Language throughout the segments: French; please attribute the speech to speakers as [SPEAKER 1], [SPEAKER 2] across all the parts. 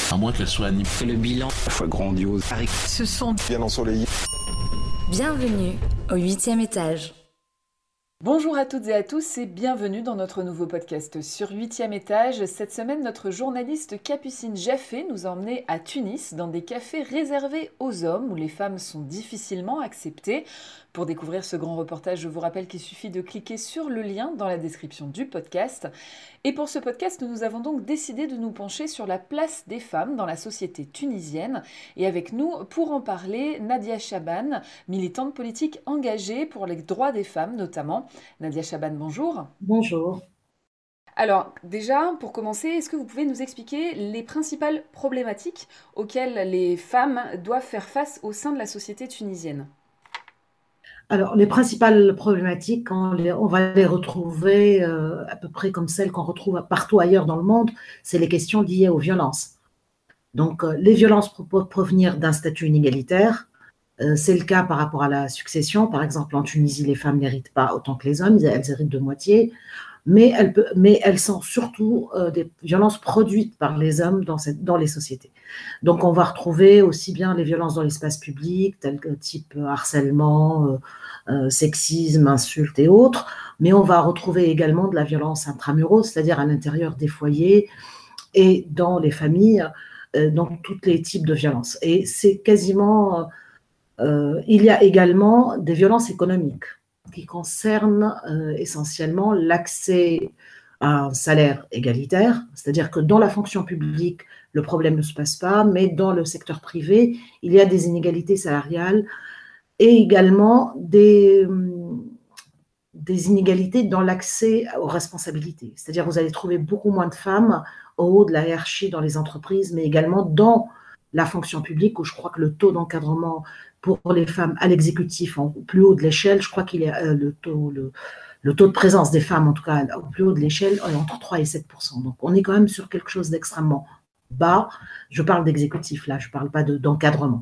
[SPEAKER 1] À moins qu'elle soit animée.
[SPEAKER 2] Le bilan,
[SPEAKER 3] à la fois grandiose,
[SPEAKER 4] ce sont
[SPEAKER 3] bien ensoleillé.
[SPEAKER 5] Bienvenue au 8e étage.
[SPEAKER 6] Bonjour à toutes et à tous et bienvenue dans notre nouveau podcast sur 8e étage. Cette semaine, notre journaliste Capucine Jaffé nous a emmenés à Tunis dans des cafés réservés aux hommes où les femmes sont difficilement acceptées. Pour découvrir ce grand reportage, je vous rappelle qu'il suffit de cliquer sur le lien dans la description du podcast. Et pour ce podcast, nous avons donc décidé de nous pencher sur la place des femmes dans la société tunisienne. Et avec nous, pour en parler, Nadia Chaban, militante politique engagée pour les droits des femmes notamment. Nadia Chaban, bonjour.
[SPEAKER 7] Bonjour.
[SPEAKER 6] Alors déjà, pour commencer, est-ce que vous pouvez nous expliquer les principales problématiques auxquelles les femmes doivent faire face au sein de la société tunisienne ?
[SPEAKER 7] Alors, les principales problématiques, on va les retrouver à peu près comme celles qu'on retrouve partout ailleurs dans le monde, c'est les questions liées aux violences. Donc, les violences peuvent provenir d'un statut inégalitaire. C'est le cas par rapport à la succession. Par exemple, en Tunisie, les femmes n'héritent pas autant que les hommes, elles héritent de moitié. Mais elles sont surtout des violences produites par les hommes dans les sociétés. Donc, on va retrouver aussi bien les violences dans l'espace public, telles que type harcèlement, sexisme, insultes et autres, mais on va retrouver également de la violence intramuros, c'est-à-dire à l'intérieur des foyers et dans les familles, dans tous les types de violences. Et c'est quasiment... il y a également des violences économiques qui concernent essentiellement l'accès à un salaire égalitaire, c'est-à-dire que dans la fonction publique, le problème ne se passe pas, mais dans le secteur privé, il y a des inégalités salariales et également des inégalités dans l'accès aux responsabilités. C'est-à-dire que vous allez trouver beaucoup moins de femmes au haut de la hiérarchie dans les entreprises, mais également dans la fonction publique, où je crois que le taux d'encadrement pour les femmes à l'exécutif, au plus haut de l'échelle, je crois qu'il y a le taux de présence des femmes, en tout cas au plus haut de l'échelle, est entre 3 et 7%. Donc on est quand même sur quelque chose d'extrêmement bas. Je parle d'exécutif, là, je ne parle pas d'encadrement.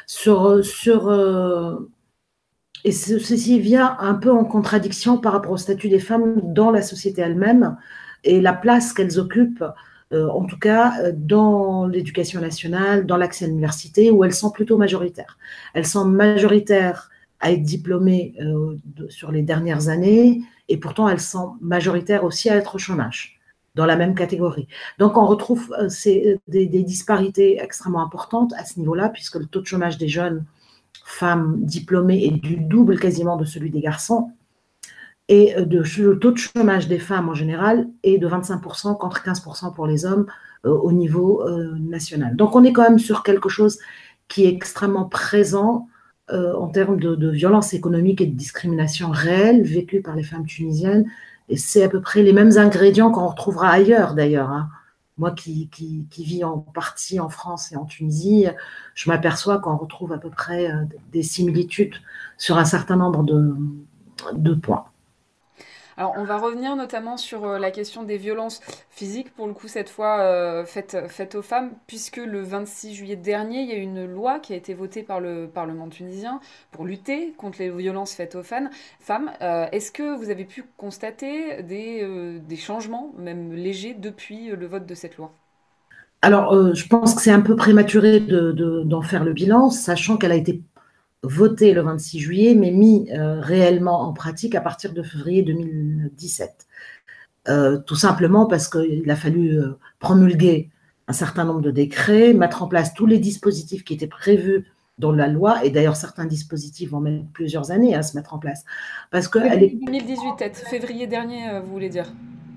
[SPEAKER 7] Et ceci vient un peu en contradiction par rapport au statut des femmes dans la société elle-même et la place qu'elles occupent, en tout cas dans l'éducation nationale, dans l'accès à l'université, où elles sont plutôt majoritaires. Elles sont majoritaires à être diplômées sur les dernières années, et pourtant elles sont majoritaires aussi à être au chômage, dans la même catégorie. Donc on retrouve des disparités extrêmement importantes à ce niveau-là, puisque le taux de chômage des jeunes femmes diplômées est du double quasiment de celui des garçons, et le taux de chômage des femmes en général est de 25% contre 15% pour les hommes au niveau national. Donc on est quand même sur quelque chose qui est extrêmement présent en termes de violence économique et de discrimination réelle vécue par les femmes tunisiennes, et c'est à peu près les mêmes ingrédients qu'on retrouvera ailleurs d'ailleurs, hein. Moi qui vis en partie en France et en Tunisie, je m'aperçois qu'on retrouve à peu près des similitudes sur un certain nombre de points.
[SPEAKER 6] Alors, on va revenir notamment sur la question des violences physiques, pour le coup, cette fois faites aux femmes, puisque le 26 juillet dernier, il y a une loi qui a été votée par le Parlement tunisien pour lutter contre les violences faites aux femmes. Est-ce que vous avez pu constater des changements, même légers, depuis le vote de cette loi ?
[SPEAKER 7] Alors, je pense que c'est un peu prématuré d'en faire le bilan, sachant qu'elle a été voté le 26 juillet, mais mis réellement en pratique à partir de février 2017. Tout simplement parce qu'il a fallu promulguer un certain nombre de décrets, mettre en place tous les dispositifs qui étaient prévus dans la loi, et d'ailleurs certains dispositifs vont mettre plusieurs années à se mettre en place. Parce que
[SPEAKER 6] 2018, peut-être, février dernier, vous voulez dire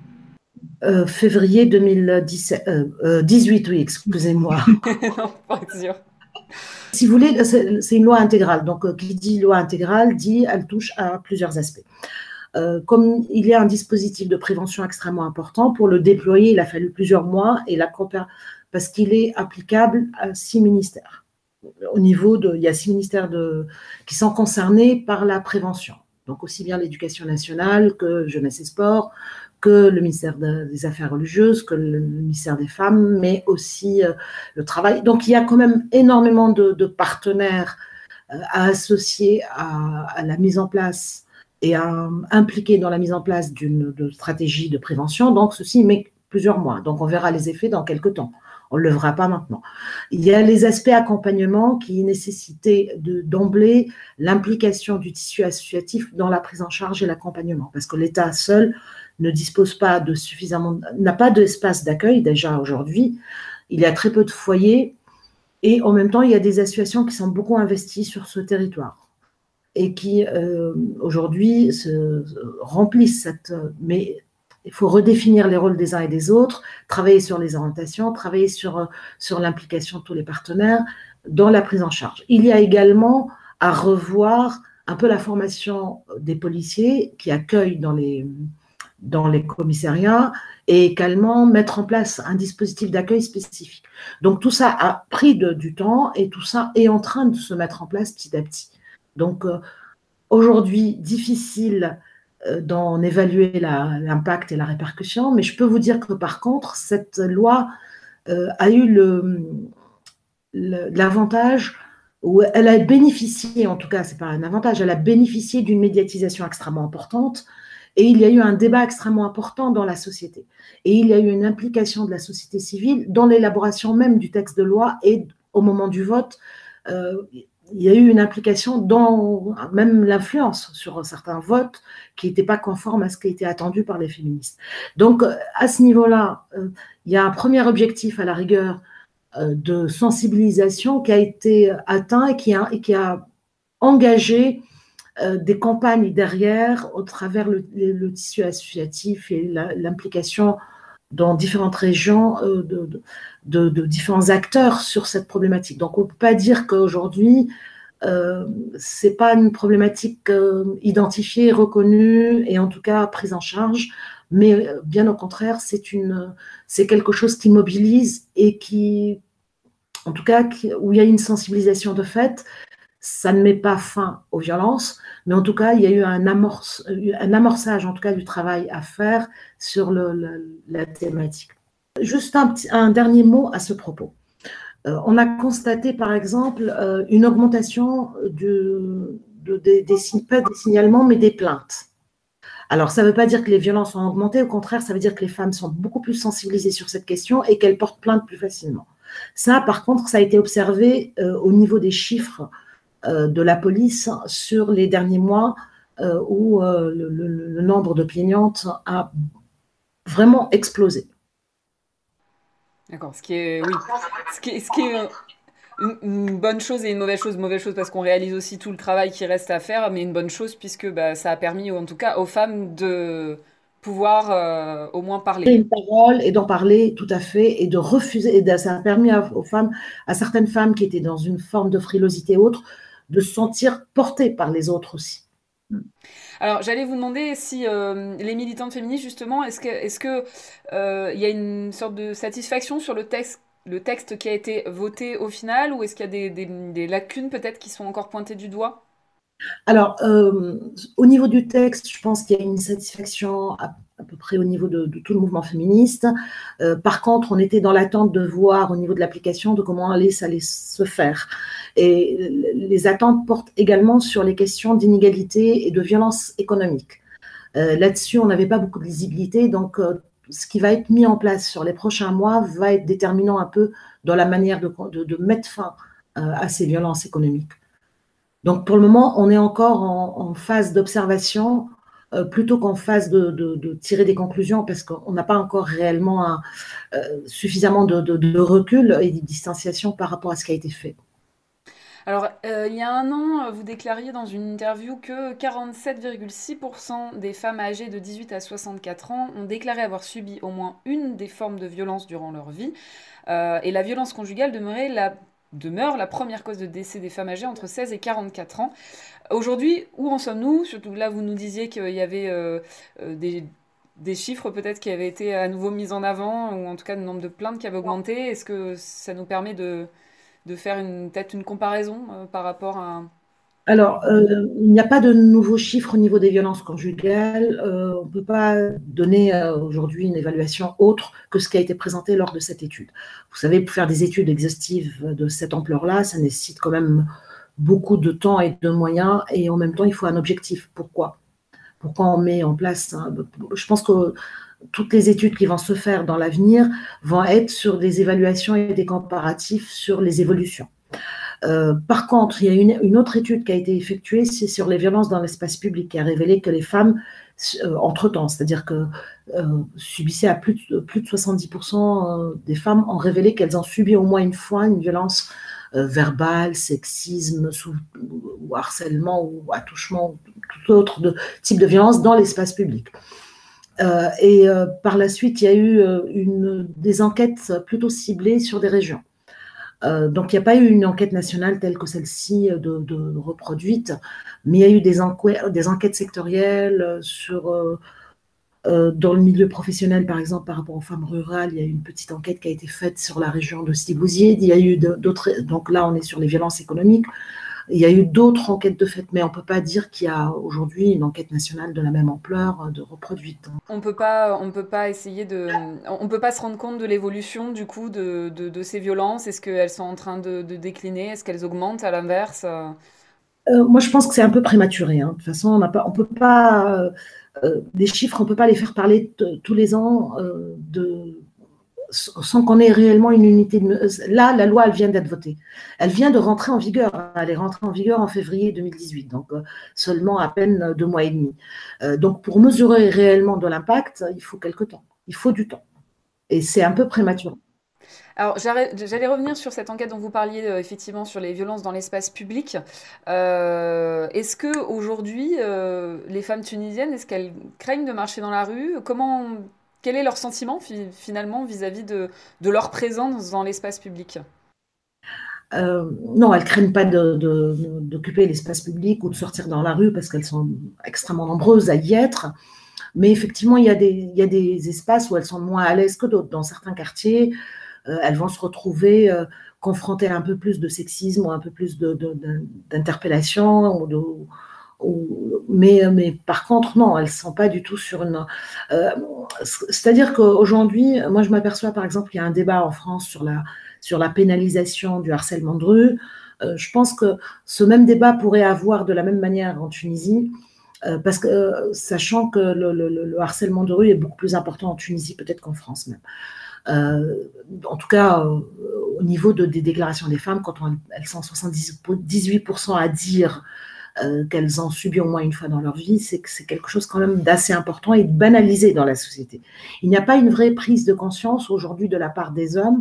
[SPEAKER 7] février 2017, 18, oui, excusez-moi.
[SPEAKER 6] Non, pas être sûr.
[SPEAKER 7] Si vous voulez, c'est une loi intégrale. Donc, qui dit loi intégrale, elle touche à plusieurs aspects. Comme il y a un dispositif de prévention extrêmement important, pour le déployer, il a fallu plusieurs mois, parce qu'il est applicable à 6 ministères. Il y a 6 ministères qui sont concernés par la prévention. Donc, aussi bien l'éducation nationale que jeunesse et sport, que le ministère des Affaires religieuses, que le ministère des Femmes, mais aussi le travail. Donc, il y a quand même énormément de partenaires à associer à la mise en place et à impliquer dans la mise en place d'une stratégie de prévention. Donc, ceci met plusieurs mois. Donc, on verra les effets dans quelques temps. On ne le fera pas maintenant. Il y a les aspects accompagnement qui nécessitaient d'emblée l'implication du tissu associatif dans la prise en charge et l'accompagnement, parce que l'État seul ne dispose pas de suffisamment, n'a pas d'espace d'accueil déjà aujourd'hui. Il y a très peu de foyers et en même temps, il y a des associations qui sont beaucoup investies sur ce territoire et qui aujourd'hui remplissent cette... Mais il faut redéfinir les rôles des uns et des autres, travailler sur les orientations, travailler sur l'implication de tous les partenaires dans la prise en charge. Il y a également à revoir un peu la formation des policiers qui accueillent dans les commissariats et également mettre en place un dispositif d'accueil spécifique. Donc tout ça a pris du temps et tout ça est en train de se mettre en place petit à petit. Donc aujourd'hui, difficile d'en évaluer l'impact et la répercussion, mais je peux vous dire que par contre, cette loi a eu l'avantage, où elle a bénéficié, en tout cas, c'est pas un avantage, elle a bénéficié d'une médiatisation extrêmement importante, et il y a eu un débat extrêmement important dans la société. Et il y a eu une implication de la société civile dans l'élaboration même du texte de loi et au moment du vote. Il y a eu une implication dans même l'influence sur certains votes qui n'étaient pas conformes à ce qui était attendu par les féministes. Donc, à ce niveau-là, il y a un premier objectif à la rigueur de sensibilisation qui a été atteint et qui a engagé des campagnes derrière au travers le tissu associatif et l'implication dans différentes régions de différents acteurs sur cette problématique. Donc, on ne peut pas dire qu'aujourd'hui, ce n'est pas une problématique identifiée, reconnue et en tout cas prise en charge, mais bien au contraire, c'est quelque chose qui mobilise et qui, en tout cas, où il y a une sensibilisation de fait. Ça ne met pas fin aux violences, mais en tout cas, il y a eu un amorçage en tout cas, du travail à faire sur la thématique. Juste un dernier mot à ce propos. On a constaté, par exemple, une augmentation pas des signalements, mais des plaintes. Alors, ça ne veut pas dire que les violences ont augmenté, au contraire, ça veut dire que les femmes sont beaucoup plus sensibilisées sur cette question et qu'elles portent plainte plus facilement. Ça, par contre, ça a été observé au niveau des chiffres de la police sur les derniers mois où le nombre de plaignantes a vraiment explosé.
[SPEAKER 6] D'accord, ce qui est une bonne chose et une mauvaise chose. Mauvaise chose parce qu'on réalise aussi tout le travail qui reste à faire, mais une bonne chose puisque ça a permis, en tout cas, aux femmes de pouvoir au moins parler.
[SPEAKER 7] Une parole et d'en parler tout à fait et de refuser. Et ça a permis aux femmes, à certaines femmes qui étaient dans une forme de frilosité autre, de se sentir portées par les autres aussi.
[SPEAKER 6] Alors, j'allais vous demander si les militantes féministes, justement, est-ce que y a une sorte de satisfaction sur le texte qui a été voté au final, ou est-ce qu'il y a des lacunes peut-être qui sont encore pointées du doigt?
[SPEAKER 7] Alors, au niveau du texte, je pense qu'il y a une satisfaction à peu près au niveau de tout le mouvement féministe. Par contre, on était dans l'attente de voir au niveau de l'application de comment ça allait se faire. Et les attentes portent également sur les questions d'inégalité et de violence économique. Là-dessus, on n'avait pas beaucoup de visibilité, donc ce qui va être mis en place sur les prochains mois va être déterminant un peu dans la manière de mettre fin à ces violences économiques. Donc, pour le moment, on est encore en phase d'observation plutôt qu'en phase de tirer des conclusions parce qu'on n'a pas encore réellement suffisamment de recul et de distanciation par rapport à ce qui a été fait.
[SPEAKER 6] Alors, il y a un an, vous déclariez dans une interview que 47,6% des femmes âgées de 18 à 64 ans ont déclaré avoir subi au moins une des formes de violence durant leur vie. Et la violence conjugale demeure la première cause de décès des femmes âgées entre 16 et 44 ans. Aujourd'hui, où en sommes-nous? Surtout là, vous nous disiez qu'il y avait des chiffres peut-être qui avaient été à nouveau mis en avant, ou en tout cas le nombre de plaintes qui avait augmenté. Est-ce que ça nous permet de faire peut-être une comparaison par rapport à...
[SPEAKER 7] Alors, il n'y a pas de nouveaux chiffres au niveau des violences conjugales. On ne peut pas donner aujourd'hui une évaluation autre que ce qui a été présenté lors de cette étude. Vous savez, pour faire des études exhaustives de cette ampleur-là, ça nécessite quand même beaucoup de temps et de moyens, et en même temps, il faut un objectif. Pourquoi ? pourquoi on met en place, je pense que toutes les études qui vont se faire dans l'avenir vont être sur des évaluations et des comparatifs sur les évolutions. Par contre, il y a une autre étude qui a été effectuée, c'est sur les violences dans l'espace public, qui a révélé que les femmes, entre-temps, c'est-à-dire que subissaient à plus de 70% des femmes ont révélé qu'elles ont subi au moins une fois une violence verbale, sexisme, ou harcèlement, ou attouchement, ou tout autre type de violence dans l'espace public. Par la suite, il y a eu des enquêtes plutôt ciblées sur des régions. Donc, il n'y a pas eu une enquête nationale telle que celle-ci de reproduite, mais il y a eu des enquêtes sectorielles dans le milieu professionnel, par exemple, par rapport aux femmes rurales. Il y a eu une petite enquête qui a été faite sur la région de Sidi-Bouzid. Il y a eu d'autres, donc là, on est sur les violences économiques. Il y a eu d'autres enquêtes de fait, mais on ne peut pas dire qu'il y a aujourd'hui une enquête nationale de la même ampleur de reproduite.
[SPEAKER 6] On peut pas essayer on peut pas se rendre compte de l'évolution du coup de ces violences. Est-ce qu'elles sont en train de décliner? Est-ce qu'elles augmentent à l'inverse?
[SPEAKER 7] Moi, je pense que c'est un peu prématuré. De toute façon, on peut pas, les chiffres, on ne peut pas les faire parler tous les ans sans qu'on ait réellement une unité. Là, la loi, elle vient d'être votée. Elle vient de rentrer en vigueur. Elle est rentrée en vigueur en février 2018, donc seulement à peine 2 mois et demi. Donc, pour mesurer réellement de l'impact, il faut quelque temps. Il faut du temps. Et c'est un peu prématuré.
[SPEAKER 6] Alors, j'allais revenir sur cette enquête dont vous parliez, effectivement, sur les violences dans l'espace public. Est-ce que aujourd'hui, les femmes tunisiennes, est-ce qu'elles craignent de marcher dans la rue? Quel est leur sentiment finalement vis-à-vis de leur présence dans l'espace public?
[SPEAKER 7] Non, elles ne craignent pas d'occuper l'espace public ou de sortir dans la rue parce qu'elles sont extrêmement nombreuses à y être. Mais effectivement, il y a des espaces où elles sont moins à l'aise que d'autres. Dans certains quartiers, elles vont se retrouver confrontées à un peu plus de sexisme ou un peu plus d'interpellation. Mais par contre, non, elles ne sont pas du tout sur une... c'est-à-dire qu'aujourd'hui, moi je m'aperçois par exemple qu'il y a un débat en France sur la pénalisation du harcèlement de rue. Je pense que ce même débat pourrait avoir de la même manière en Tunisie, parce que sachant que le harcèlement de rue est beaucoup plus important en Tunisie peut-être qu'en France même. En tout cas, au niveau des déclarations des femmes, quand elles sont 78% à dire qu'elles ont subi au moins une fois dans leur vie, c'est que c'est quelque chose quand même d'assez important et de banalisé dans la société. Il n'y a pas une vraie prise de conscience aujourd'hui de la part des hommes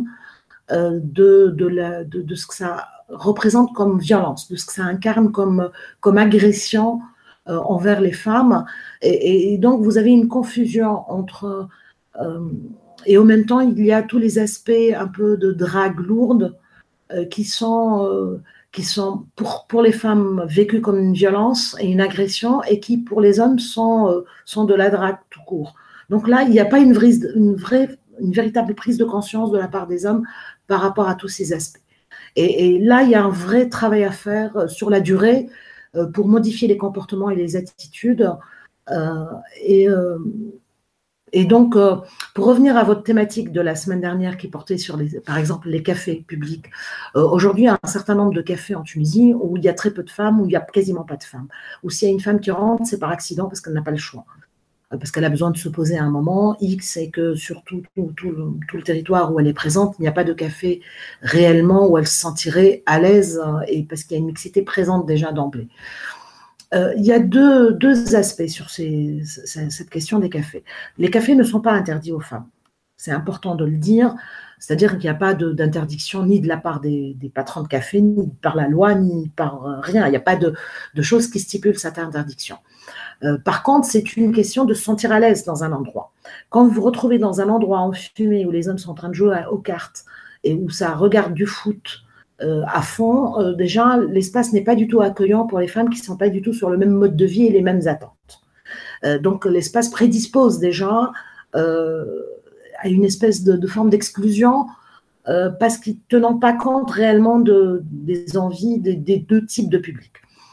[SPEAKER 7] de ce que ça représente comme violence, de ce que ça incarne comme agression envers les femmes. Et donc, vous avez une confusion entre... et en même temps, il y a tous les aspects un peu de drague lourde qui sont pour les femmes vécues comme une violence et une agression, et qui pour les hommes sont de la drague tout court. Donc là, il n'y a pas une véritable prise de conscience de la part des hommes par rapport à tous ces aspects. Et là, il y a un vrai travail à faire sur la durée pour modifier les comportements et les attitudes. Et donc, pour revenir à votre thématique de la semaine dernière qui portait sur, par exemple, les cafés publics, aujourd'hui, il y a un certain nombre de cafés en Tunisie où il y a très peu de femmes, où il n'y a quasiment pas de femmes. Ou s'il y a une femme qui rentre, c'est par accident parce qu'elle n'a pas le choix. Parce qu'elle a besoin de se poser à un moment X et que sur tout le territoire où elle est présente, il n'y a pas de café réellement où elle se sentirait à l'aise, et parce qu'il y a une mixité présente déjà d'emblée. Il y a deux aspects sur cette question des cafés. Les cafés ne sont pas interdits aux femmes. C'est important de le dire. C'est-à-dire qu'il n'y a pas d'interdiction ni de la part des patrons de café, ni par la loi, ni par rien. Il n'y a pas de choses qui stipulent cette interdiction. Par contre, c'est une question de se sentir à l'aise dans un endroit. Quand vous vous retrouvez dans un endroit enfumé où les hommes sont en train de jouer aux cartes et où ça regarde du foot à fond, déjà, l'espace n'est pas du tout accueillant pour les femmes qui ne sont pas du tout sur le même mode de vie et les mêmes attentes. Donc, l'espace prédispose déjà à une espèce de forme d'exclusion parce qu'ils ne tenant pas compte réellement des envies des deux types de publics.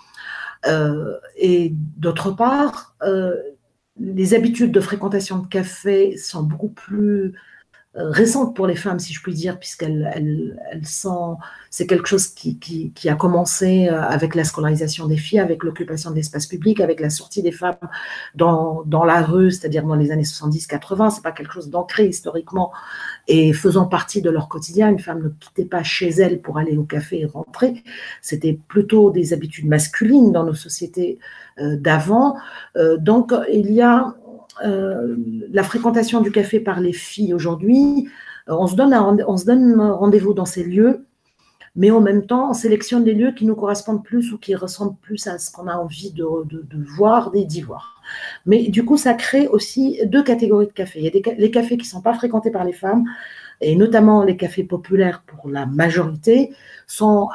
[SPEAKER 7] Et d'autre part, les habitudes de fréquentation de café sont beaucoup plus récente pour les femmes, si je puis dire, puisqu'elles sont, c'est quelque chose qui a commencé avec la scolarisation des filles, avec l'occupation de l'espace public, avec la sortie des femmes dans la rue, c'est-à-dire dans les années 70-80. C'est pas quelque chose d'ancré historiquement et faisant partie de leur quotidien. Une femme ne quittait pas chez elle pour aller au café et rentrer. C'était plutôt des habitudes masculines dans nos sociétés d'avant. Donc, il y a la fréquentation du café par les filles aujourd'hui. On se donne rendez-vous dans ces lieux, mais en même temps, on sélectionne des lieux qui nous correspondent plus ou qui ressemblent plus à ce qu'on a envie de voir, d'y voir. Mais du coup, ça crée aussi deux catégories de cafés. Il y a les cafés qui ne sont pas fréquentés par les femmes, et notamment les cafés populaires pour la majorité, sont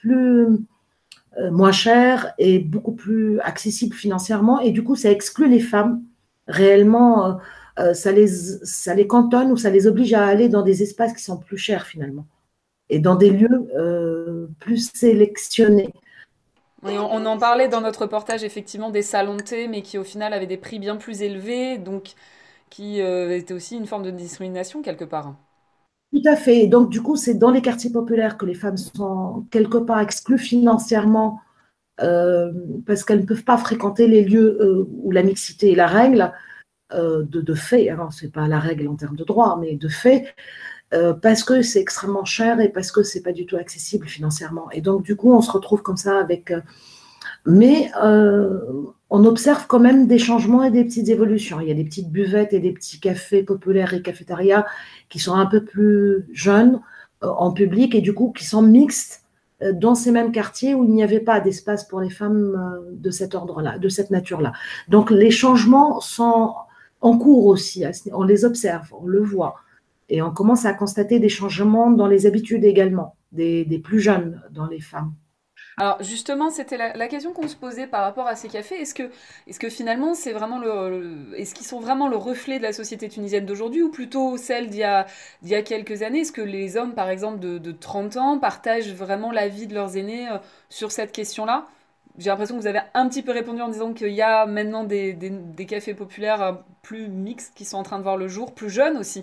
[SPEAKER 7] moins chers et beaucoup plus accessibles financièrement. Et du coup, ça exclut les femmes réellement. Ça les cantonne ou ça les oblige à aller dans des espaces qui sont plus chers finalement et dans des lieux plus sélectionnés.
[SPEAKER 6] Oui, on en parlait dans notre reportage effectivement des salons de thé, mais qui au final avaient des prix bien plus élevés, donc qui était aussi une forme de discrimination quelque part.
[SPEAKER 7] Tout à fait. Donc du coup, c'est dans les quartiers populaires que les femmes sont quelque part exclues financièrement parce qu'elles ne peuvent pas fréquenter les lieux où la mixité est la règle de fait. Alors, ce n'est pas la règle en termes de droit, mais de fait. Parce que c'est extrêmement cher et parce que c'est pas du tout accessible financièrement. Et donc, du coup, on se retrouve comme ça avec... mais on observe quand même des changements et des petites évolutions. Il y a des petites buvettes et des petits cafés populaires et cafétérias qui sont un peu plus jeunes en public et du coup qui sont mixtes dans ces mêmes quartiers où il n'y avait pas d'espace pour les femmes de cet ordre-là, de cette nature-là. Donc, les changements sont en cours aussi. On les observe, on le voit. Et on commence à constater des changements dans les habitudes également, des plus jeunes dans les femmes.
[SPEAKER 6] Alors justement, c'était la question qu'on se posait par rapport à ces cafés. Est-ce que finalement, c'est vraiment est-ce qu'ils sont vraiment le reflet de la société tunisienne d'aujourd'hui ou plutôt celle d'il y a quelques années? Est-ce que les hommes, par exemple, de 30 ans, partagent vraiment l'avis de leurs aînés sur cette question-là? J'ai l'impression que vous avez un petit peu répondu en disant qu'il y a maintenant des cafés populaires plus mixtes qui sont en train de voir le jour, plus jeunes aussi.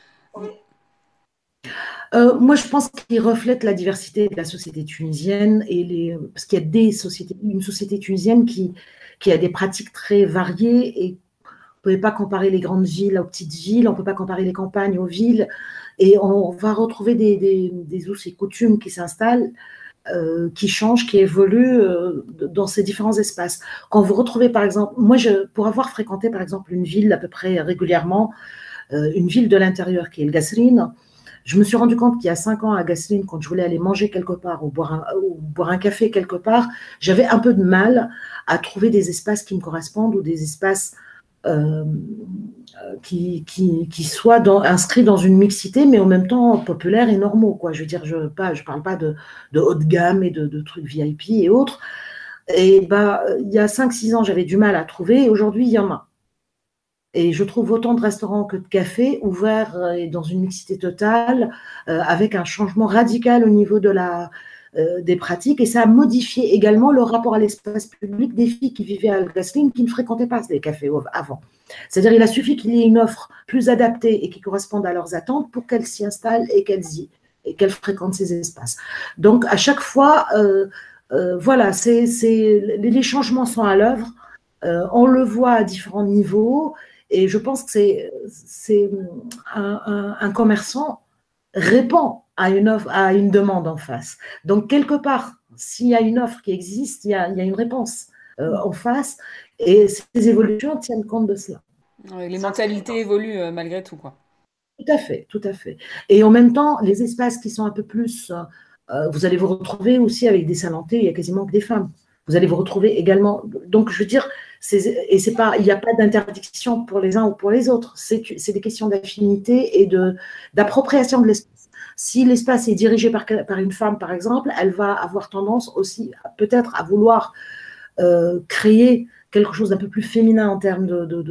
[SPEAKER 7] Moi, je pense qu'il reflète la diversité de la société tunisienne parce qu'il y a une société tunisienne qui a des pratiques très variées et on ne peut pas comparer les grandes villes aux petites villes, on ne peut pas comparer les campagnes aux villes et on va retrouver des us et coutumes qui s'installent, qui changent, qui évoluent dans ces différents espaces. Quand vous retrouvez, par exemple, moi, pour avoir fréquenté, par exemple, une ville à peu près régulièrement, une ville de l'intérieur qui est le Gasserine, je me suis rendu compte qu'il y a 5 ans à Gasserine, quand je voulais aller manger quelque part ou boire un café quelque part, j'avais un peu de mal à trouver des espaces qui me correspondent ou des espaces qui soient inscrits dans une mixité, mais en même temps populaires et normaux, quoi. Je veux dire, je ne parle pas de haut de gamme et de trucs VIP et autres. Et il y a 5-6 ans, j'avais du mal à trouver, et aujourd'hui, il y en a. Et je trouve autant de restaurants que de cafés ouverts et dans une mixité totale, avec un changement radical au niveau des pratiques. Et ça a modifié également le rapport à l'espace public des filles qui vivaient à Gasseline, qui ne fréquentaient pas les cafés avant. C'est-à-dire il a suffi qu'il y ait une offre plus adaptée et qui corresponde à leurs attentes pour qu'elles s'y installent et qu'elles fréquentent ces espaces. Donc, à chaque fois, voilà, les changements sont à l'œuvre. On le voit à différents niveaux. Et je pense que c'est un commerçant répond à une demande en face. Donc, quelque part, s'il y a une offre qui existe, il y a une réponse en face. Et ces évolutions tiennent compte de cela.
[SPEAKER 6] Ouais, les mentalités évoluent malgré tout, quoi.
[SPEAKER 7] Tout à fait, tout à fait. Et en même temps, les espaces qui sont un peu plus... vous allez vous retrouver aussi avec des salantés, il n'y a quasiment que des femmes. Vous allez vous retrouver également... Donc, je veux dire, il n'y a pas d'interdiction pour les uns ou pour les autres. C'est des questions d'affinité et d'appropriation de l'espace. Si l'espace est dirigé par une femme, par exemple, elle va avoir tendance aussi peut-être à vouloir créer quelque chose d'un peu plus féminin en termes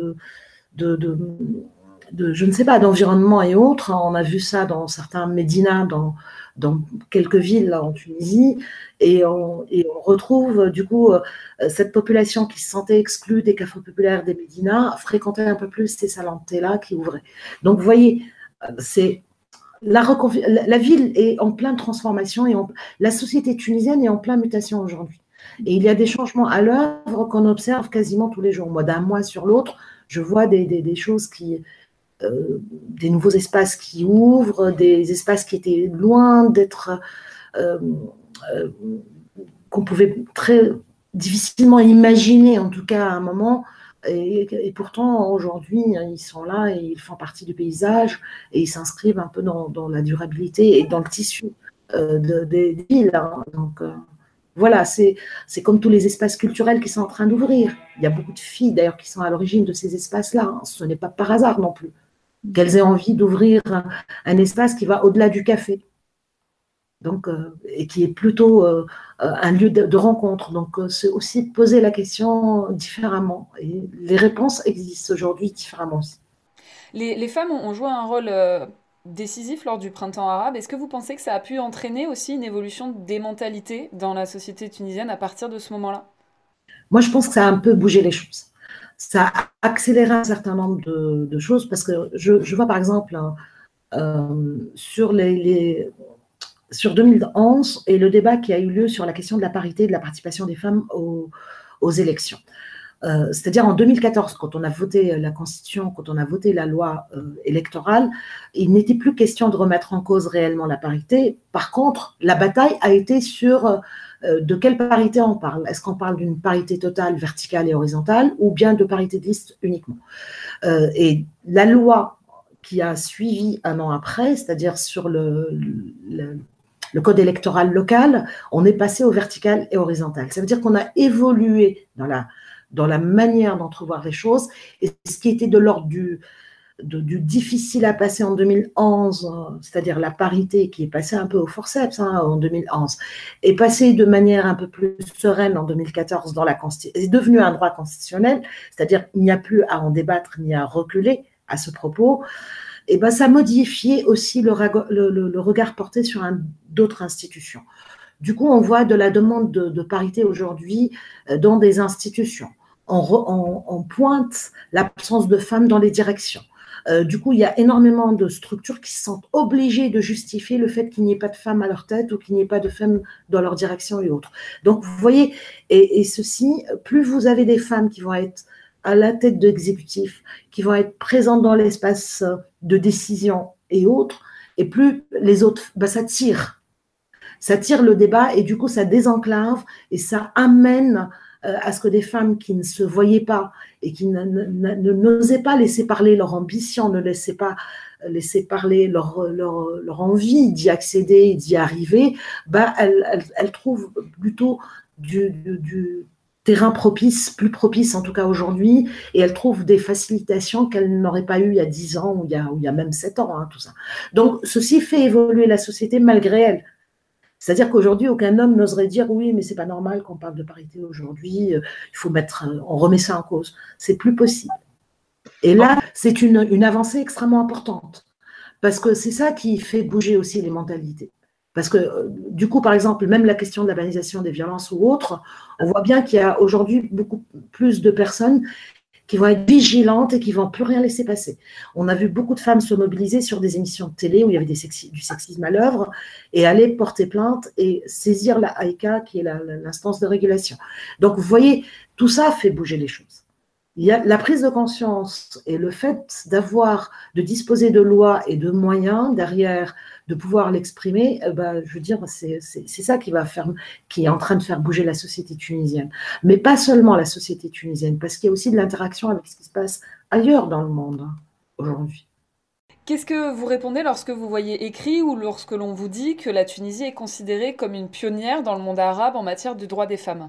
[SPEAKER 7] je ne sais pas, d'environnement et autres. On a vu ça dans certains médinas, dans quelques villes là, en Tunisie, et on retrouve du coup cette population qui se sentait exclue des cafés populaires des médinas fréquentait un peu plus ces salons de thé là qui ouvraient. Donc vous voyez, c'est la ville est en pleine transformation et la société tunisienne est en pleine mutation aujourd'hui. Et il y a des changements à l'œuvre qu'on observe quasiment tous les jours. Moi, d'un mois sur l'autre, je vois des choses des nouveaux espaces qui ouvrent, des espaces qui étaient loin d'être, qu'on pouvait très difficilement imaginer, en tout cas à un moment. Et pourtant, aujourd'hui, ils sont là et ils font partie du paysage et ils s'inscrivent un peu dans la durabilité et dans le tissu des villes. Hein. Donc, voilà, c'est comme tous les espaces culturels qui sont en train d'ouvrir. Il y a beaucoup de filles, d'ailleurs, qui sont à l'origine de ces espaces-là. Hein. Ce n'est pas par hasard non plus qu'elles aient envie d'ouvrir un espace qui va au-delà du café. Donc, et qui est plutôt un lieu de rencontre. Donc, c'est aussi poser la question différemment. Et les réponses existent aujourd'hui différemment aussi.
[SPEAKER 6] Les femmes ont joué un rôle décisif lors du printemps arabe. Est-ce que vous pensez que ça a pu entraîner aussi une évolution des mentalités dans la société tunisienne à partir de ce moment-là?
[SPEAKER 7] Moi, je pense que ça a un peu bougé les choses. Ça a accéléré un certain nombre de choses parce que je vois par exemple sur sur 2011 et le débat qui a eu lieu sur la question de la parité et de la participation des femmes aux élections. C'est-à-dire en 2014, quand on a voté la Constitution, quand on a voté la loi électorale, il n'était plus question de remettre en cause réellement la parité. Par contre, la bataille a été sur de quelle parité on parle. Est-ce qu'on parle d'une parité totale, verticale et horizontale, ou bien de parité de liste uniquement? Et la loi qui a suivi un an après, c'est-à-dire sur le code électoral local, on est passé au vertical et horizontal. Ça veut dire qu'on a évolué dans la manière d'entrevoir les choses, et ce qui était de l'ordre du difficile à passer en 2011, c'est-à-dire la parité qui est passée un peu au forceps en 2011, est passée de manière un peu plus sereine en 2014 dans la Constitution, est devenu un droit constitutionnel, c'est-à-dire il n'y a plus à en débattre ni à reculer à ce propos. Et ben, ça modifiait aussi le regard porté sur d'autres institutions. Du coup, on voit de la demande de parité aujourd'hui dans des institutions. On pointe l'absence de femmes dans les directions. Du coup, il y a énormément de structures qui se sentent obligées de justifier le fait qu'il n'y ait pas de femmes à leur tête ou qu'il n'y ait pas de femmes dans leur direction et autres. Donc, vous voyez, et ceci, plus vous avez des femmes qui vont être à la tête d'exécutifs, qui vont être présentes dans l'espace de décision et autres, et plus les autres, ben, ça tire le débat et du coup ça désenclave et ça amène à ce que des femmes qui ne se voyaient pas et qui n'osaient pas laisser parler leur ambition, ne laissaient pas laisser parler leur envie d'y accéder et d'y arriver, bah, elles trouvent plutôt du terrain propice, plus propice en tout cas aujourd'hui, et elles trouvent des facilitations qu'elles n'auraient pas eues il y a 10 ans ou il y a même 7 ans, hein, tout ça. Donc ceci fait évoluer la société malgré elles. C'est-à-dire qu'aujourd'hui, aucun homme n'oserait dire oui, mais c'est pas normal qu'on parle de parité aujourd'hui, il faut on remet ça en cause. C'est plus possible. Et là, c'est une avancée extrêmement importante, parce que c'est ça qui fait bouger aussi les mentalités. Parce que du coup, par exemple, même la question de la banalisation des violences ou autres, on voit bien qu'il y a aujourd'hui beaucoup plus de personnes qui vont être vigilantes et qui ne vont plus rien laisser passer. On a vu beaucoup de femmes se mobiliser sur des émissions de télé où il y avait du sexisme à l'œuvre et aller porter plainte et saisir la AICA, qui est l'instance de régulation. Donc, vous voyez, tout ça fait bouger les choses. Il y a la prise de conscience et le fait de disposer de lois et de moyens derrière, de pouvoir l'exprimer, je veux dire, c'est ça qui est en train de faire bouger la société tunisienne. Mais pas seulement la société tunisienne, parce qu'il y a aussi de l'interaction avec ce qui se passe ailleurs dans le monde aujourd'hui.
[SPEAKER 6] Qu'est-ce que vous répondez lorsque vous voyez écrit ou lorsque l'on vous dit que la Tunisie est considérée comme une pionnière dans le monde arabe en matière du droit des femmes?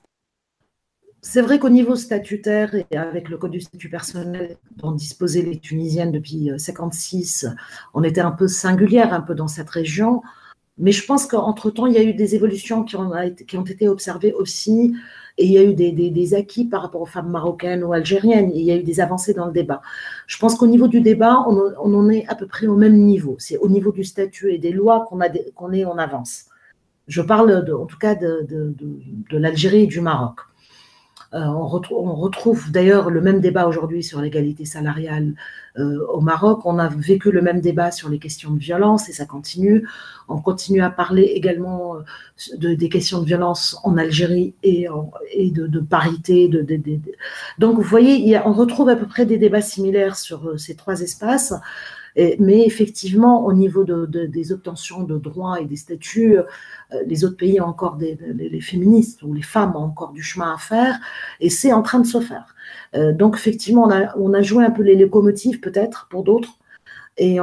[SPEAKER 7] C'est vrai qu'au niveau statutaire et avec le code du statut personnel dont disposaient les Tunisiennes depuis 1956, on était un peu singulière, un peu dans cette région. Mais je pense qu'entre-temps, il y a eu des évolutions qui ont été observées aussi, et il y a eu des acquis par rapport aux femmes marocaines ou algériennes, et il y a eu des avancées dans le débat. Je pense qu'au niveau du débat, on en est à peu près au même niveau. C'est au niveau du statut et des lois qu'on est en avance. Je parle en tout cas de l'Algérie et du Maroc. On retrouve d'ailleurs le même débat aujourd'hui sur l'égalité salariale au Maroc. On a vécu le même débat sur les questions de violence et ça continue. On continue à parler également des questions de violence en Algérie et de parité. Donc, vous voyez, on retrouve à peu près des débats similaires sur ces trois espaces. Mais effectivement, au niveau des obtentions de droits et des statuts, les autres pays ont encore les féministes ou les femmes ont encore du chemin à faire, et c'est en train de se faire. Donc effectivement, on a joué un peu les locomotives peut-être pour d'autres, et,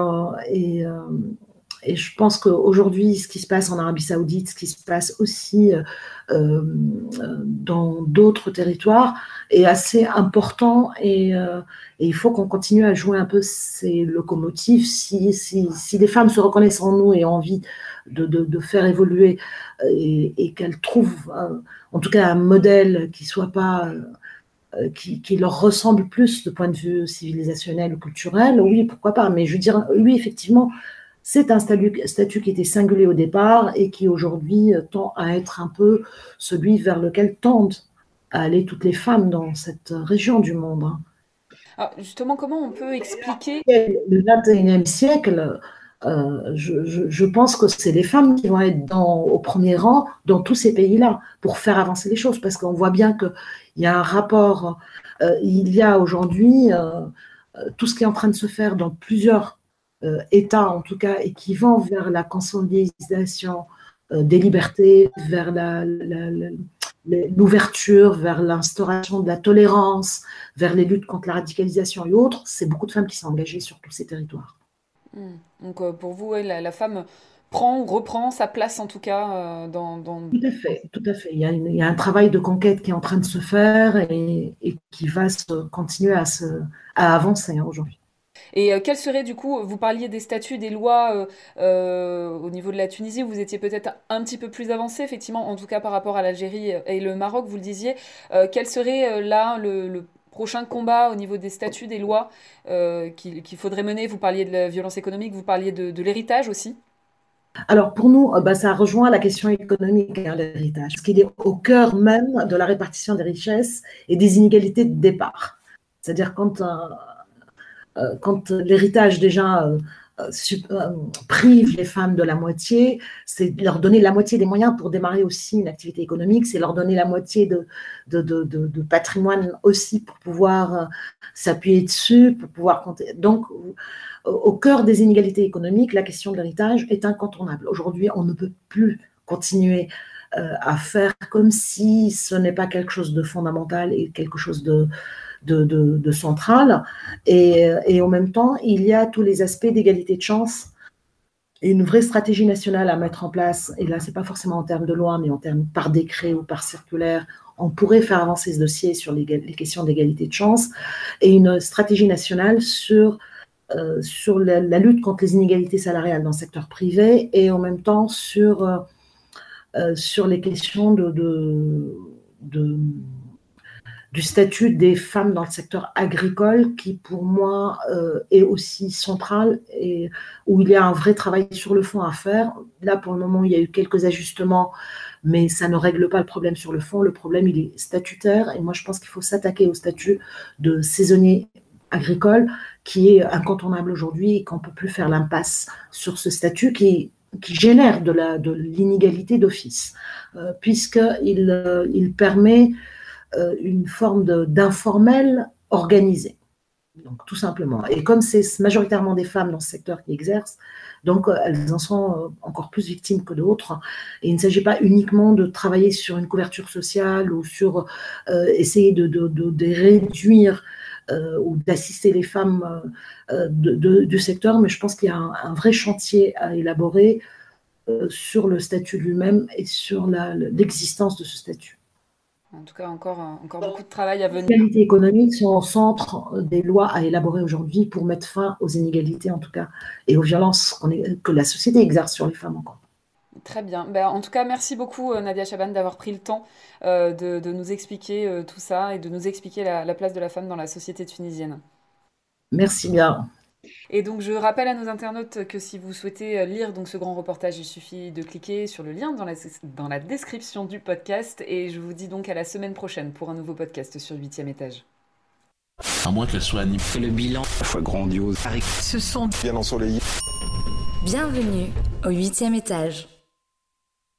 [SPEAKER 7] et je pense qu'aujourd'hui, ce qui se passe en Arabie Saoudite, ce qui se passe aussi dans d'autres territoires, est assez important et il faut qu'on continue à jouer un peu ces locomotives. Si les femmes se reconnaissent en nous et ont envie de faire évoluer et qu'elles trouvent en tout cas un modèle qui soit pas qui leur ressemble plus de point de vue civilisationnel ou culturel, oui, pourquoi pas. Mais je veux dire, oui, effectivement, c'est un statut qui était singulier au départ et qui aujourd'hui tend à être un peu celui vers lequel tendent à aller toutes les femmes dans cette région du monde.
[SPEAKER 6] Alors justement, comment on peut expliquer...
[SPEAKER 7] Le 21e siècle, je pense que c'est les femmes qui vont être au premier rang dans tous ces pays-là pour faire avancer les choses, parce qu'on voit bien qu'il y a un rapport, il y a aujourd'hui tout ce qui est en train de se faire dans plusieurs États, en tout cas, et qui vont vers la consolidation des libertés, vers l'ouverture, vers l'instauration de la tolérance, vers les luttes contre la radicalisation et autres. C'est beaucoup de femmes qui sont engagées sur tous ces territoires.
[SPEAKER 6] Donc pour vous, ouais, la femme prend ou reprend sa place en tout cas
[SPEAKER 7] Tout à fait, tout à fait. Il y a un travail de conquête qui est en train de se faire et qui va continuer à avancer aujourd'hui.
[SPEAKER 6] Et quel serait du coup, vous parliez des statuts, des lois au niveau de la Tunisie, où vous étiez peut-être un petit peu plus avancé, effectivement, en tout cas par rapport à l'Algérie et le Maroc, vous le disiez. Quel serait là le prochain combat au niveau des statuts, des lois qu'il faudrait mener? Vous parliez de la violence économique, vous parliez de l'héritage aussi.
[SPEAKER 7] Alors pour nous, ça rejoint la question économique, hein, l'héritage, parce qu'il est au cœur même de la répartition des richesses et des inégalités de départ. C'est-à-dire quand l'héritage déjà prive les femmes de la moitié, c'est leur donner la moitié des moyens pour démarrer aussi une activité économique, c'est leur donner la moitié de patrimoine aussi pour pouvoir s'appuyer dessus, pour pouvoir compter. Donc, au cœur des inégalités économiques, la question de l'héritage est incontournable. Aujourd'hui, on ne peut plus continuer à faire comme si ce n'est pas quelque chose de fondamental et quelque chose de central. Et en même temps, il y a tous les aspects d'égalité de chance et une vraie stratégie nationale à mettre en place. Et là, ce n'est pas forcément en termes de loi, mais en termes par décret ou par circulaire. On pourrait faire avancer ce dossier sur les questions d'égalité de chance et une stratégie nationale sur la lutte contre les inégalités salariales dans le secteur privé et en même temps sur les questions du statut des femmes dans le secteur agricole qui, pour moi, est aussi central et où il y a un vrai travail sur le fond à faire. Là, pour le moment, il y a eu quelques ajustements, mais ça ne règle pas le problème sur le fond. Le problème, il est statutaire et moi, je pense qu'il faut s'attaquer au statut de saisonnier agricole qui est incontournable aujourd'hui et qu'on ne peut plus faire l'impasse sur ce statut qui génère de l'inégalité d'office, puisqu'il permet une forme d'informel organisé. Donc, tout simplement. Et comme c'est majoritairement des femmes dans ce secteur qui exercent, donc elles en sont encore plus victimes que d'autres. Et il ne s'agit pas uniquement de travailler sur une couverture sociale ou sur essayer de réduire ou d'assister les femmes du secteur, mais je pense qu'il y a un vrai chantier à élaborer sur le statut lui-même et sur l'existence de ce statut.
[SPEAKER 6] En tout cas, encore beaucoup de travail à venir.
[SPEAKER 7] Les inégalités économiques sont au centre des lois à élaborer aujourd'hui pour mettre fin aux inégalités, en tout cas, et aux violences que la société exerce sur les femmes encore.
[SPEAKER 6] Très bien. En tout cas, merci beaucoup Nadia Chaban d'avoir pris le temps de nous expliquer tout ça et de nous expliquer la place de la femme dans la société tunisienne.
[SPEAKER 7] Merci bien.
[SPEAKER 6] Et donc je rappelle à nos internautes que si vous souhaitez lire donc ce grand reportage, il suffit de cliquer sur le lien dans la description du podcast. Et je vous dis donc à la semaine prochaine pour un nouveau podcast sur 8e étage.
[SPEAKER 1] À moins qu'elle soit animée.
[SPEAKER 2] Le bilan,
[SPEAKER 3] à la fois grandiose,
[SPEAKER 2] ce sont
[SPEAKER 3] bien ensoleillé.
[SPEAKER 5] Bienvenue au 8e étage.